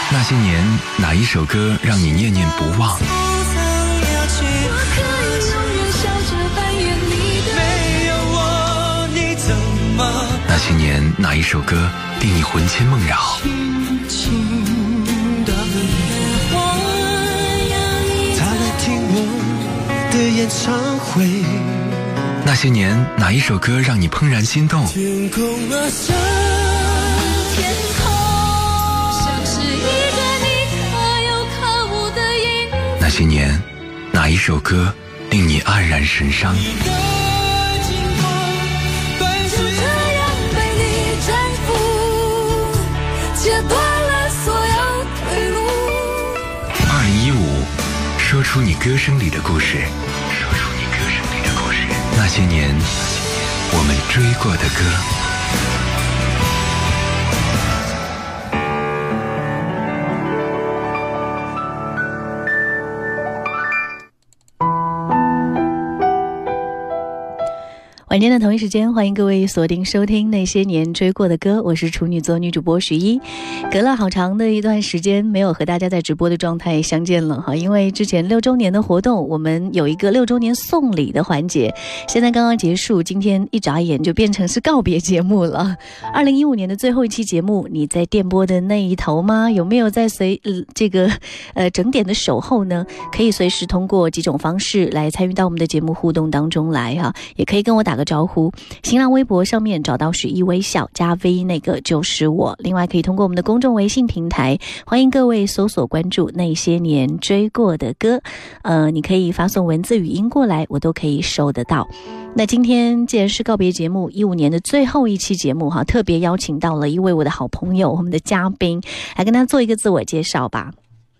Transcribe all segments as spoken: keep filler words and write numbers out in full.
那些年，哪一首歌让你念念不忘？那些年，哪一首歌令你魂牵梦绕？ 他来听我的演唱会。 那些年，哪一首歌让你怦然心动？ 天空啊，像天空，像是一个你可有可无的影。 那些年，哪一首歌令你黯然神伤？二零一五，说出你歌声里的故事，说出你歌声里的故事。那些年，我们追过的歌。 晚间的同一时间，欢迎各位锁定收听那些年追过的歌，我是处女座女主播徐一。隔了好长的一段时间没有和大家在直播的状态相见了哈，因为之前六周年的活动，我们有一个六周年送礼的环节，现在刚刚结束，今天一眨眼就变成是告别节目了。二零一五年的最后一期节目，你在电波的那一头吗？有没有在随、呃、这个呃整点的守候呢？可以随时通过几种方式来参与到我们的节目互动当中来哈，也可以跟我打个招呼，新浪微博上面找到许一微笑加 V 那个就是我，另外可以通过我们的公众微信平台，欢迎各位搜索关注那些年追过的歌，呃，你可以发送文字语音过来，我都可以收得到。那今天既然是告别节目，一五年的最后一期节目哈，特别邀请到了一位我的好朋友，我们的嘉宾，来跟他做一个自我介绍吧。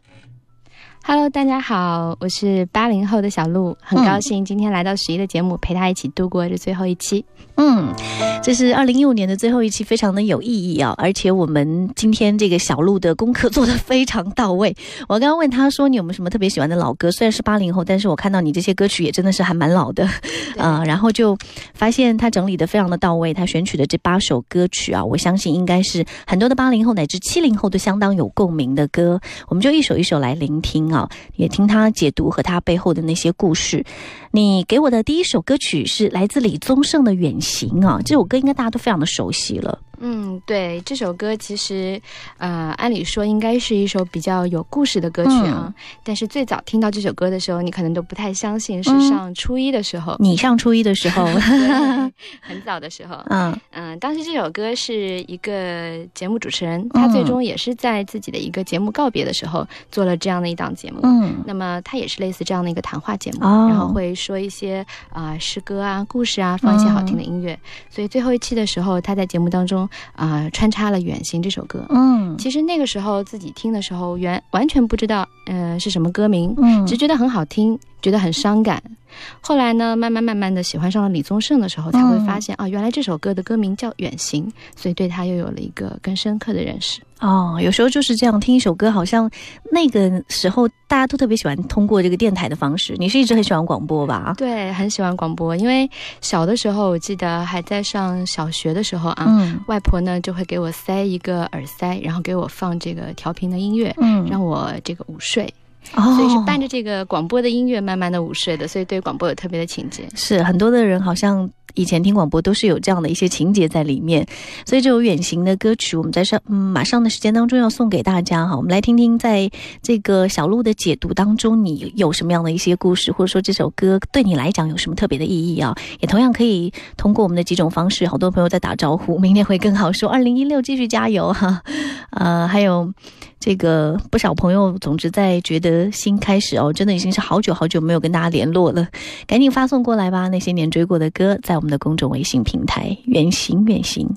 Hello， 大家好，我是八零后的小鹿，很高兴今天来到十一的节目，陪他一起度过这最后一期。 嗯，这是二零一五年的最后一期，非常的有意义啊！而且我们今天这个小鹿的功课做得非常到位。我刚刚问他说你有没有什么特别喜欢的老歌，虽然是八零后，但是我看到你这些歌曲也真的是还蛮老的啊、呃。然后就发现他整理得非常的到位，他选取的这八首歌曲啊，我相信应该是很多的八零后乃至七零后都相当有共鸣的歌。我们就一首一首来聆听啊，也听他解读和他背后的那些故事。你给我的第一首歌曲是来自李宗盛的《远行》啊，这首歌应该大家都非常的熟悉了。 嗯，对，这首歌其实呃按理说应该是一首比较有故事的歌曲啊、嗯、但是最早听到这首歌的时候，你可能都不太相信是上初一的时候、嗯、 你上初一的时候很早的时候。 嗯嗯、呃，当时这首歌是一个节目主持人，他最终也是在自己的一个节目告别的时候做了这样的一档节目。嗯，那么他也是类似这样的一个谈话节目、哦、然后会说一些啊、呃、诗歌啊故事啊，放一些好听的音乐、嗯、所以最后一期的时候，他在节目当中啊、呃、穿插了《远行》这首歌。嗯，其实那个时候自己听的时候，原完全不知道呃是什么歌名，嗯，只觉得很好听，觉得很伤感。后来呢，慢慢慢慢的喜欢上了李宗盛的时候，才会发现、嗯、啊，原来这首歌的歌名叫《远行》，所以对他又有了一个更深刻的认识。 哦，有时候就是这样，听一首歌，好像那个时候大家都特别喜欢通过这个电台的方式。你是一直很喜欢广播吧？ 对，很喜欢广播，因为小的时候我记得还在上小学的时候啊，嗯、外婆呢就会给我塞一个耳塞，然后给我放这个调频的音乐，嗯，让我这个午睡。哦，所以是伴着这个广播的音乐慢慢的午睡的，所以对广播有特别的情节。 是很多的人好像以前听广播都是有这样的一些情节在里面，所以这首远行的歌曲我们在上、嗯、马上的时间当中要送给大家哈。我们来听听在这个小鹿的解读当中，你有什么样的一些故事，或者说这首歌对你来讲有什么特别的意义啊？也同样可以通过我们的几种方式，好多朋友在打招呼，明年会更好说，二零一六继续加油哈。呃，还有这个不少朋友总之在觉得新开始哦，真的已经是好久好久没有跟大家联络了，赶紧发送过来吧，那些年追过的歌，在我们的公众微信平台远行远行。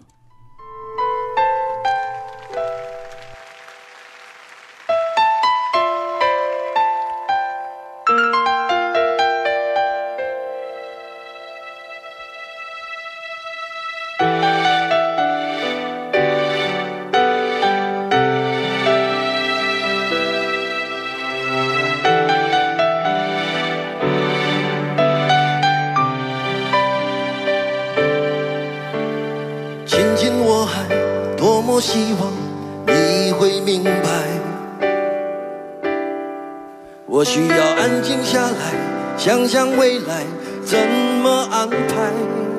希望你会明白， 我需要安静下来，想想未来怎么安排。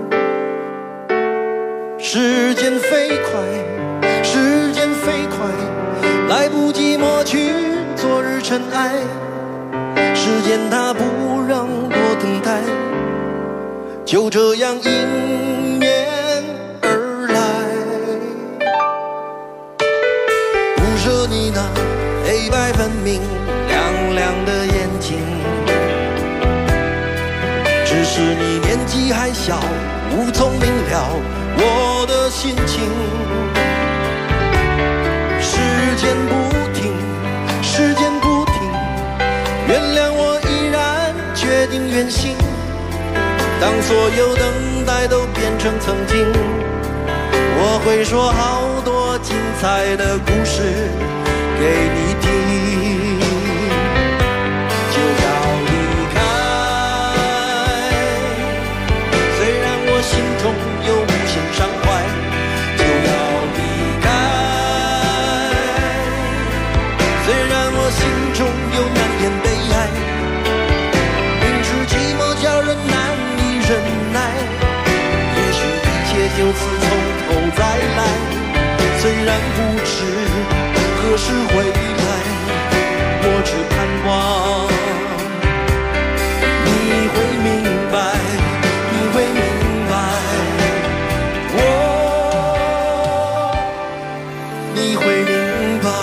时间飞快，时间飞快，来不及抹去昨日尘埃。时间它不让我等待，就这样迎面而来。不舍你那黑白分明亮亮的眼睛，只是你年纪还小，无从明了我的心情。时间不停，时间不停，原谅我依然决定远行。当所有等待都变成曾经，我会说好多精彩的故事给你听。就要离开，虽然我心中有无限伤怀，就要离开，虽然我心中有难言悲哀。明知寂寞叫人难以忍耐，也许一切就此从头再来。虽然不知何时回来，我只盼望你会明白，你会明白，我，你会明白。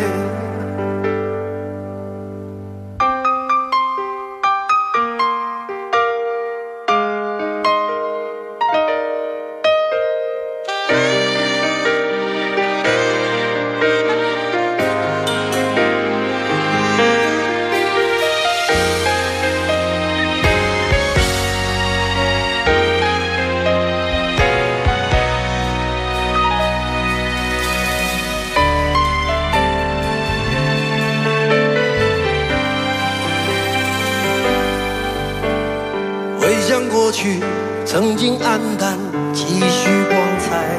过去曾经黯淡几许光彩，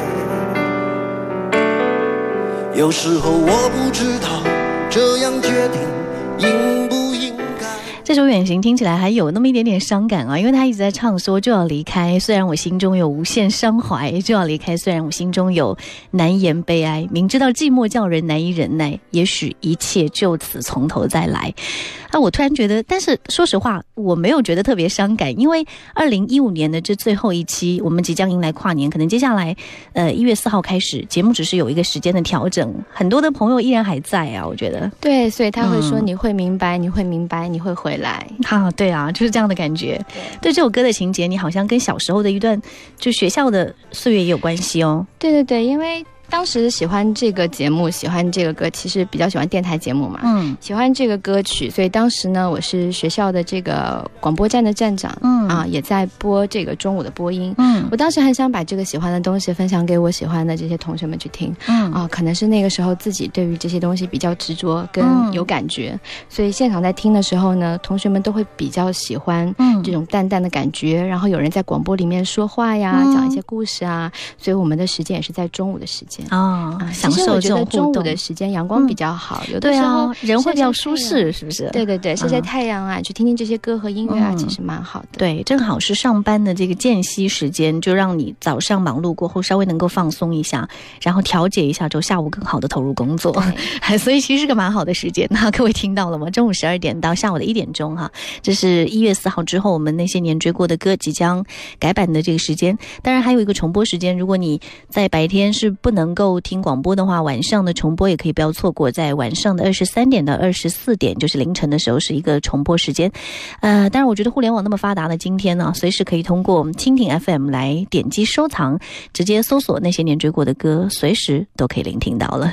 有时候我不知道这样决定应不应该。 这首远行听起来还有那么一点点伤感啊，因为他一直在唱说就要离开，虽然我心中有无限伤怀，就要离开，虽然我心中有难言悲哀，明知道寂寞叫人难以忍耐，也许一切就此从头再来。啊，我突然觉得，但是说实话，我没有觉得特别伤感，因为二零一五年的这最后一期，我们即将迎来跨年，可能接下来，呃，一月四号开始，节目只是有一个时间的调整，很多的朋友依然还在啊，我觉得。 对，所以他会说、嗯、你会明白，你会明白，你会回来。 啊，对啊，就是这样的感觉。对，对这首歌的情节，你好像跟小时候的一段就学校的岁月也有关系哦。 对对对，因为当时喜欢这个节目，喜欢这个歌，其实比较喜欢电台节目嘛，嗯，喜欢这个歌曲，所以当时呢，我是学校的这个广播站的站长，嗯啊，也在播这个中午的播音，嗯，我当时很想把这个喜欢的东西分享给我喜欢的这些同学们去听，嗯啊，可能是那个时候自己对于这些东西比较执着跟有感觉，嗯、所以现场在听的时候呢，同学们都会比较喜欢这种淡淡的感觉，然后有人在广播里面说话呀，嗯、讲一些故事啊，所以我们的时间也是在中午的时间。 哦，享受这种互动。 中午的时间阳光比较好，嗯、有的时候、 啊、人会比较舒适，是不是？ 对对对，晒晒太阳啊，嗯、去听听这些歌和音乐啊，嗯、其实蛮好的。 对，正好是上班的这个间隙时间，就让你早上忙碌过后稍微能够放松一下，然后调节一下，就下午更好的投入工作。所以其实是个蛮好的时间。那各位听到了吗？中午十二点到下午的一点钟哈，这是一月四号之后我们那些年追过的歌即将改版的这个时间。当然还有一个重播时间，如果你在白天是不能够听广播的话，晚上的重播也可以不要错过，在晚上的二十三点到二十四点，就是凌晨的时候是一个重播时间。呃，当然我觉得互联网那么发达的今天呢，随时可以通过我们蜻蜓 F M 来点击收藏，直接搜索那些年追过的歌，随时都可以聆听到了。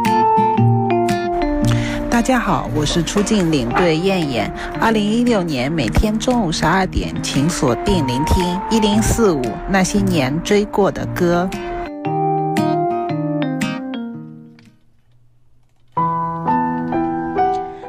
大家好，我是出境领队燕燕。二零一六年每天中午十二点，请锁定聆听一零四五那些年追过的歌。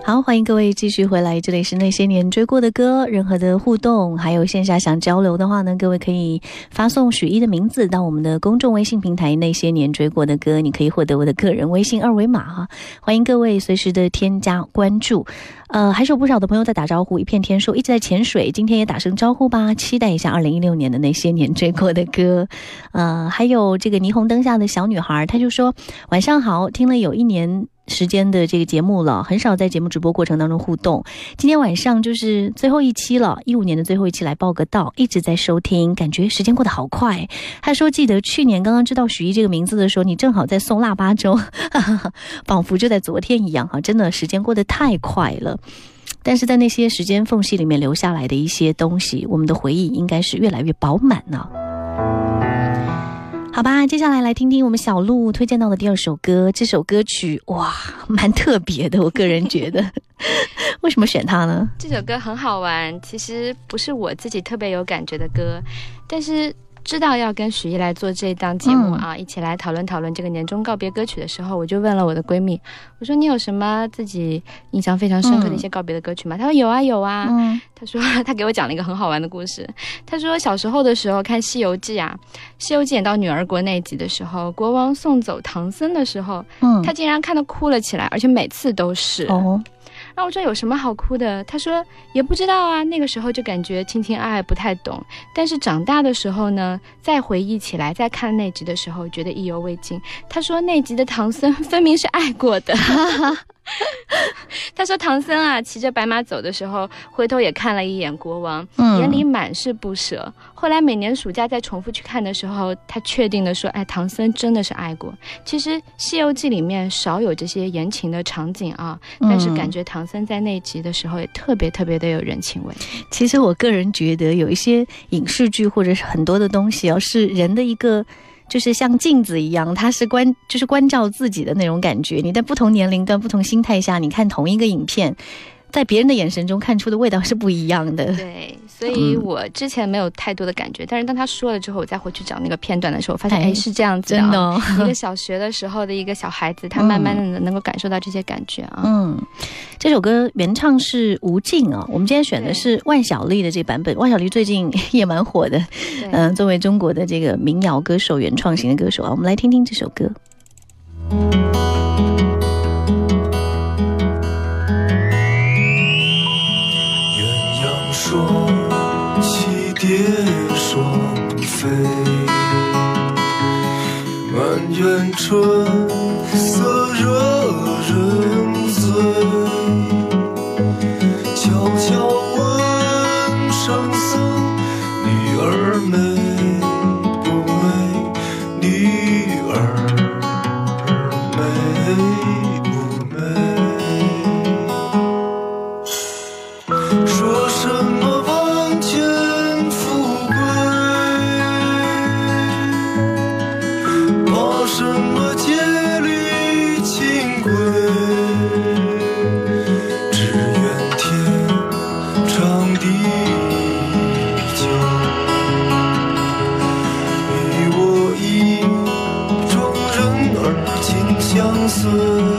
好，欢迎各位继续回来，这里是那些年追过的歌。任何的互动还有线下想交流的话呢，各位可以发送许一的名字到我们的公众微信平台那些年追过的歌，你可以获得我的个人微信二维码哈。欢迎各位随时的添加关注。呃，还是有不少的朋友在打招呼，一片天说一直在潜水，今天也打声招呼吧，期待一下二零一六年的那些年追过的歌。呃，还有这个霓虹灯下的小女孩，她就说晚上好，听了有一年时间的这个节目了，很少在节目直播过程当中互动，今天晚上就是最后一期了，一五年的最后一期来报个到，一直在收听，感觉时间过得好快。他说记得去年刚刚知道许一这个名字的时候，你正好在送腊八粥仿佛就在昨天一样哈，真的时间过得太快了。但是在那些时间缝隙里面留下来的一些东西，我们的回忆应该是越来越饱满呢。好吧，接下来来听听我们小鹿推荐到的第二首歌。这首歌曲哇，蛮特别的，我个人觉得。为什么选它呢？ 这首歌很好玩，其实不是我自己特别有感觉的歌，但是知道要跟许一来做这一档节目啊、嗯，一起来讨论讨论这个年终告别歌曲的时候，我就问了我的闺蜜，我说你有什么自己印象非常深刻的一些告别的歌曲吗？她、嗯、说有啊有啊。嗯，她说她给我讲了一个很好玩的故事。她说小时候的时候看《西游记》啊，《西游记》演到女儿国那一集的时候，国王送走唐僧的时候，嗯，她竟然看得哭了起来，而且每次都是。哦。然后我说有什么好哭的？他说也不知道啊，那个时候就感觉情情爱爱不太懂，但是长大的时候呢，再回忆起来，再看那集的时候，觉得意犹未尽。他说那集的唐僧分明是爱过的。他说唐僧啊，骑着白马走的时候，回头也看了一眼国王，嗯、眼里满是不舍。后来每年暑假再重复去看的时候，他确定的说，哎，唐僧真的是爱过。其实《西游记》里面少有这些言情的场景啊，但是感觉唐僧在那集的时候也特别特别的有人情味。 其实我个人觉得有一些影视剧或者是很多的东西哦，是人的一个就是像镜子一样，它是关就是关照自己的那种感觉。你在不同年龄段不同心态下，你看同一个影片，在别人的眼神中看出的味道是不一样的。 对，所以我之前没有太多的感觉、嗯、但是当他说了之后，我再回去找那个片段的时候，我发现哎是这样子的、啊、真的、哦、一个小学的时候的一个小孩子，他慢慢的能够感受到这些感觉啊。嗯， 这首歌原唱是吴静啊，我们今天选的是万晓利的这版本。万晓利最近也蛮火的，嗯、呃，作为中国的这个民谣歌手、原创型的歌手啊，我们来听听这首歌。 双栖蝶双飞，满园春色惹人醉。悄悄问圣僧，女儿美不美？女儿美不美？说什么王权富贵，怕什么戒律清规，只愿天长地久，你我意中人儿紧相随。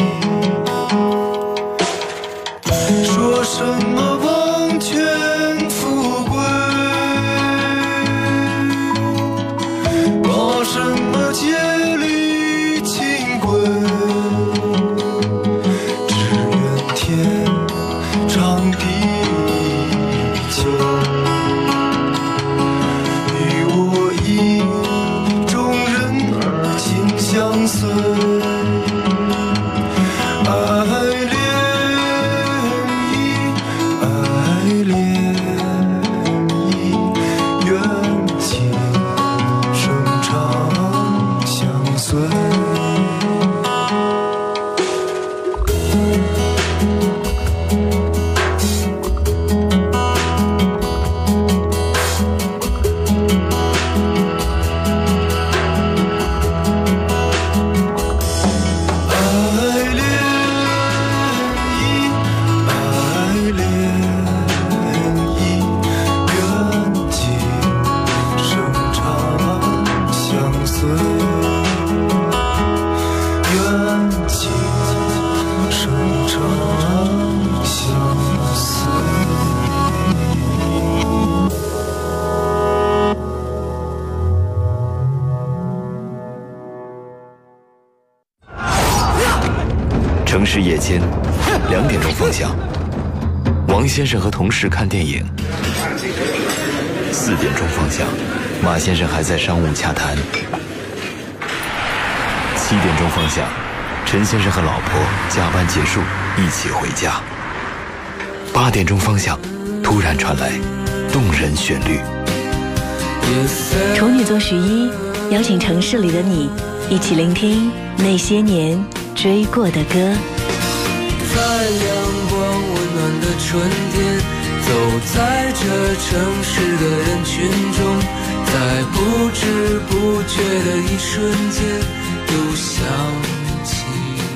什么王权间，两点钟方向，王先生和同事看电影。四点钟方向，马先生还在商务洽谈。七点钟方向，陈先生和老婆加班结束，一起回家。八点钟方向，突然传来动人旋律。 处女座许一邀请城市里的你一起聆听那些年追过的歌。 在阳光温暖的春天，走在这城市的人群中，在不知不觉的一瞬间，又想起。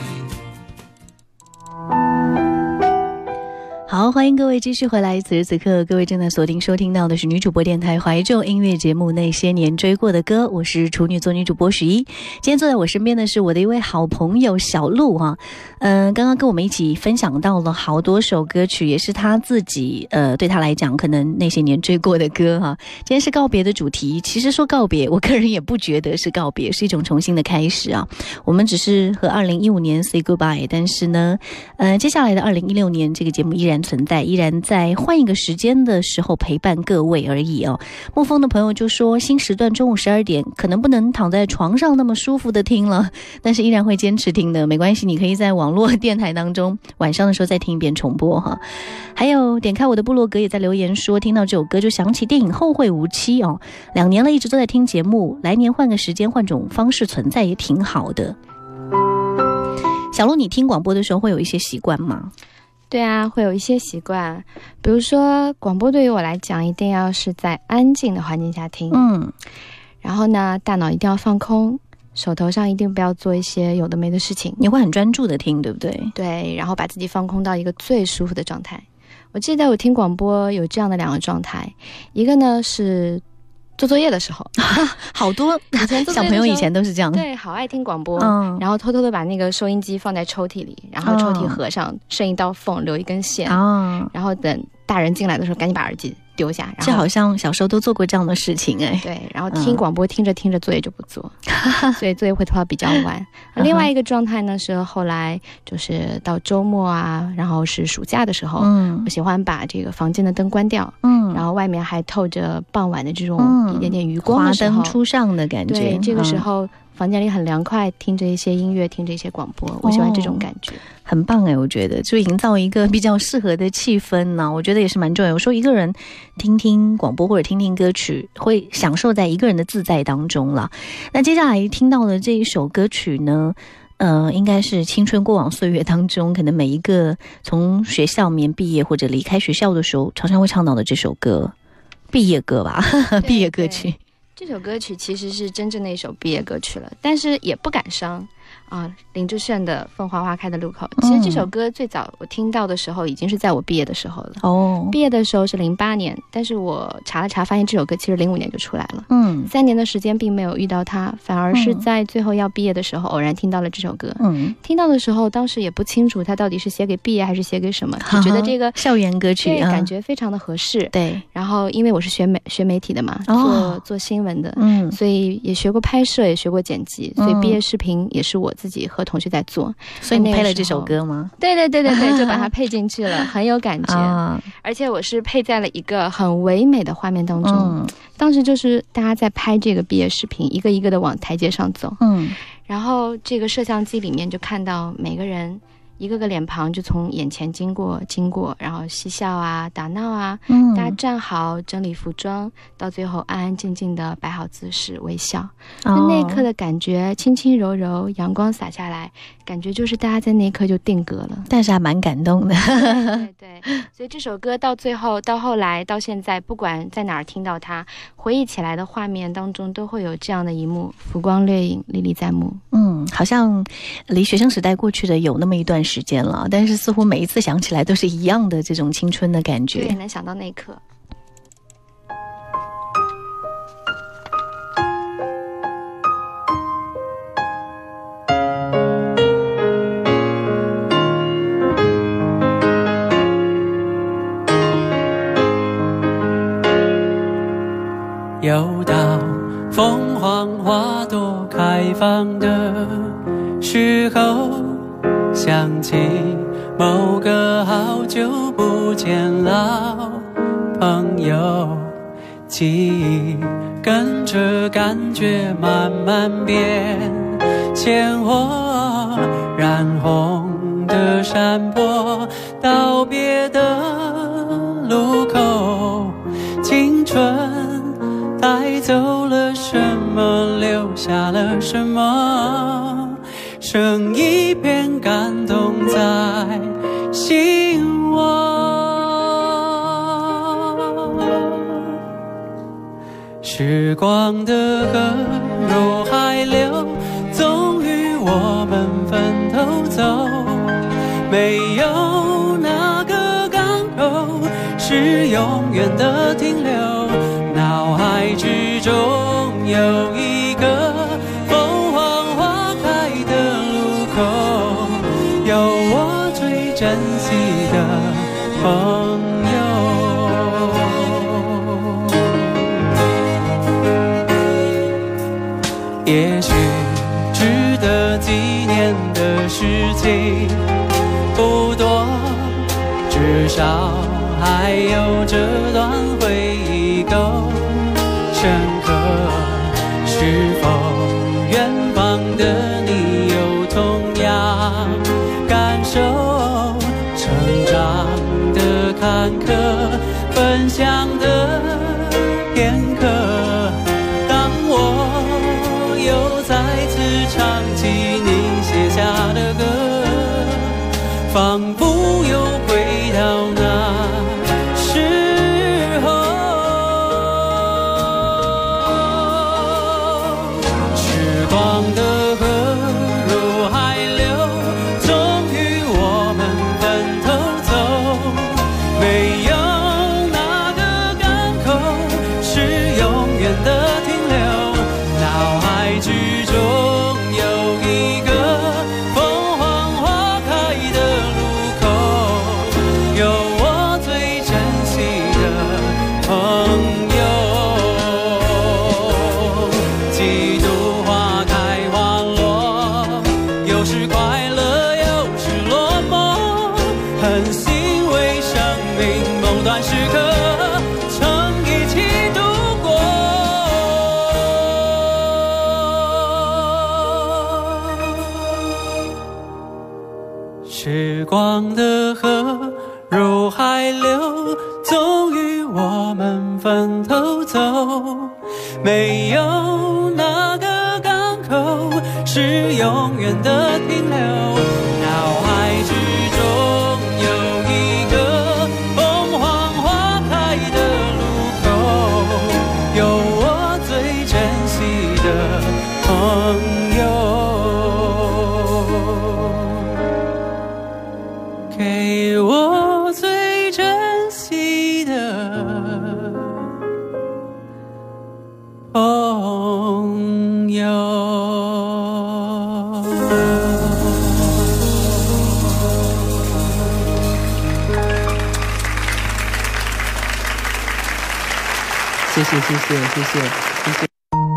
好，欢迎各位继续回来。此时此刻，各位正在锁定收听到的是女主播电台怀旧音乐节目《那些年追过的歌》，我是处女座女主播许一。今天坐在我身边的是我的一位好朋友小鹿哈，嗯、呃，刚刚跟我们一起分享到了好多首歌曲，也是他自己呃对他来讲可能那些年追过的歌哈。今天是告别的主题，其实说告别，我个人也不觉得是告别，是一种重新的开始啊。我们只是和二零一五年 say goodbye， 但是呢，呃，接下来的二零一六年这个节目依然存在，依然在换一个时间的时候陪伴各位而已哦。沐风的朋友就说，新时段中午十二点可能不能躺在床上那么舒服的听了，但是依然会坚持听的，没关系，你可以在网络电台当中晚上的时候再听一遍重播哈。还有点开我的部落格也在留言说，听到这首歌就想起电影《后会无期》哦，两年了一直都在听节目，来年换个时间换种方式存在也挺好的。小鹿，你听广播的时候会有一些习惯吗？ 对啊，会有一些习惯，比如说广播对于我来讲一定要是在安静的环境下听，嗯，然后呢大脑一定要放空，手头上一定不要做一些有的没的事情， 你会很专注的听，对不对？ 对，然后把自己放空到一个最舒服的状态。我记得我听广播有这样的两个状态，一个呢是做作业的时候好多以前小朋友以前都是这样， 对，好爱听广播、嗯、然后偷偷的把那个收音机放在抽屉里，然后抽屉合上、哦、剩一道缝留一根线、哦、然后等大人进来的时候赶紧把耳机丢下，然后这好像小时候都做过这样的事情哎。 对，然后听广播、嗯、听着听着作业就不做所以作业会拖到比较晚另外一个状态呢是后来就是到周末啊，然后是暑假的时候、嗯、我喜欢把这个房间的灯关掉，嗯，然后外面还透着傍晚的这种一点点余光的时候、嗯、 华灯初上的感觉， 对，这个时候、嗯房间里很凉快，听着一些音乐，听着一些广播，我喜欢这种感觉、哦、 很棒哎，我觉得就营造一个比较适合的气氛呢，我觉得也是蛮重要。有时候一个人听听广播或者听听歌曲，会享受在一个人的自在当中了。那接下来听到的这一首歌曲呢，呃，应该是青春过往岁月当中，可能每一个从学校里面毕业或者离开学校的时候，常常会唱到的这首歌，毕业歌吧，毕业歌曲。 这首歌曲其实是真正的一首毕业歌曲了，但是也不感伤啊。林志炫的《凤凰花开的路口》，其实这首歌最早我听到的时候已经是在我毕业的时候了。哦，毕业的时候是零八年，但是我查了查，发现这首歌其实零五年就出来了。嗯，三年的时间并没有遇到它，反而是在最后要毕业的时候偶然听到了这首歌。嗯，听到的时候当时也不清楚它到底是写给毕业还是写给什么，就觉得这个校园歌曲、 啊、感觉非常的合适。 对， 然后因为我是学媒学媒体的嘛，哦、做做新闻的，嗯，所以也学过拍摄，也学过剪辑，所以毕业视频也是我自己和同学在做。 所以你配了这首歌吗？ 对对对对对，就把它配进去了，很有感觉、啊、而且我是配在了一个很唯美的画面当中、嗯、当时就是大家在拍这个毕业视频，一个一个的往台阶上走，嗯，然后这个摄像机里面就看到每个人一个个脸庞就从眼前经过经过，然后嬉笑啊打闹啊、嗯、大家站好整理服装，到最后安安静静的摆好姿势微笑、哦、那一刻的感觉轻轻柔柔，阳光洒下来，感觉就是大家在那一刻就定格了， 但是还蛮感动的对对对，所以这首歌到最后到后来到现在，不管在哪儿听到它，回忆起来的画面当中都会有这样的一幕，浮光掠影，历历在目。 嗯，好像离学生时代过去的有那么一段时间了，但是似乎每一次想起来都是一样的这种青春的感觉， 对，能想到那一刻。 又到凤凰花朵开放的时候，想起某个好久不见老朋友，记忆跟着感觉慢慢变，鲜活染红的山坡，道别的路口，青春带走了什么，留下了什么，剩一片感动在心窝。时光的河入海流，终于我们分头走，没有哪个港口是永远的停留，脑海之中有一个凤凰花开的路口，有我最珍惜的朋友。也许值得纪念的事情不多，至少还有这段回忆够深刻。是否远方的你有同样感受？成长的坎坷，分享的片刻，当我又再次唱起你写下的歌，仿佛又回到那时候。时光的河入海流，终于我们分头走，没有哪个港口是永远的停留，脑海之中有一个凤凰花开的路口，有我最珍惜的朋友。几度花开花落，有时快乐有时落寞，很欣慰生命某段时刻曾一起度过。时光的河入海流，终于我们分头走，没有哪个港口是永远的停留，脑海之中有一个凤凰花开的路口，有我最珍惜的朋友，给我最珍惜的朋友。谢谢谢谢谢谢谢谢。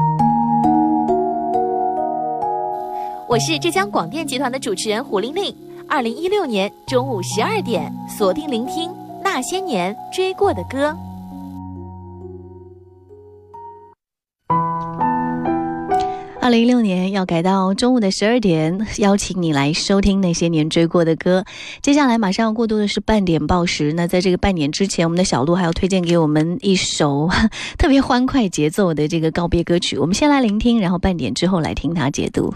我是浙江广电集团的主持人胡玲玲。二零一六年中午十二点，锁定聆听那些年追过的歌。 二零一六年要改到中午的十二点，邀请你来收听那些年追过的歌。接下来马上要过渡的是半点报时。那在这个半点之前，我们的小鹿还要推荐给我们一首特别欢快节奏的这个告别歌曲。我们先来聆听，然后半点之后来听它解读。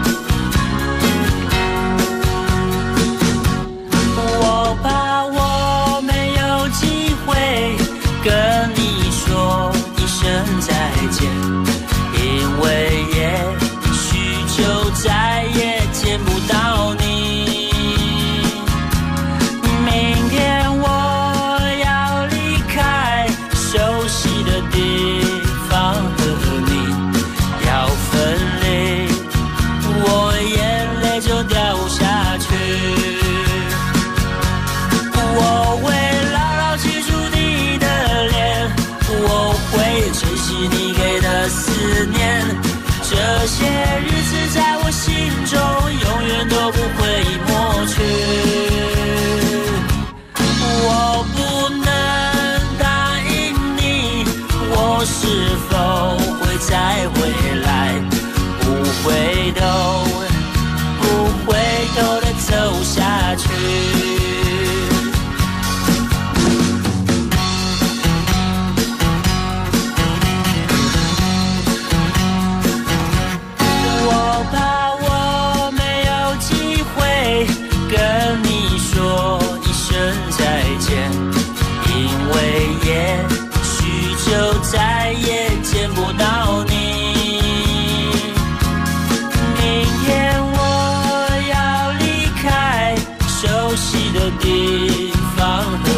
我把我的思念，这些日子在我心中永远都不会抹去。我不能答应你，我是否会再回来，不回头，不回头的走下去。跟你说一声再见，因为也许就再也见不到你。明天我要离开熟悉的地方和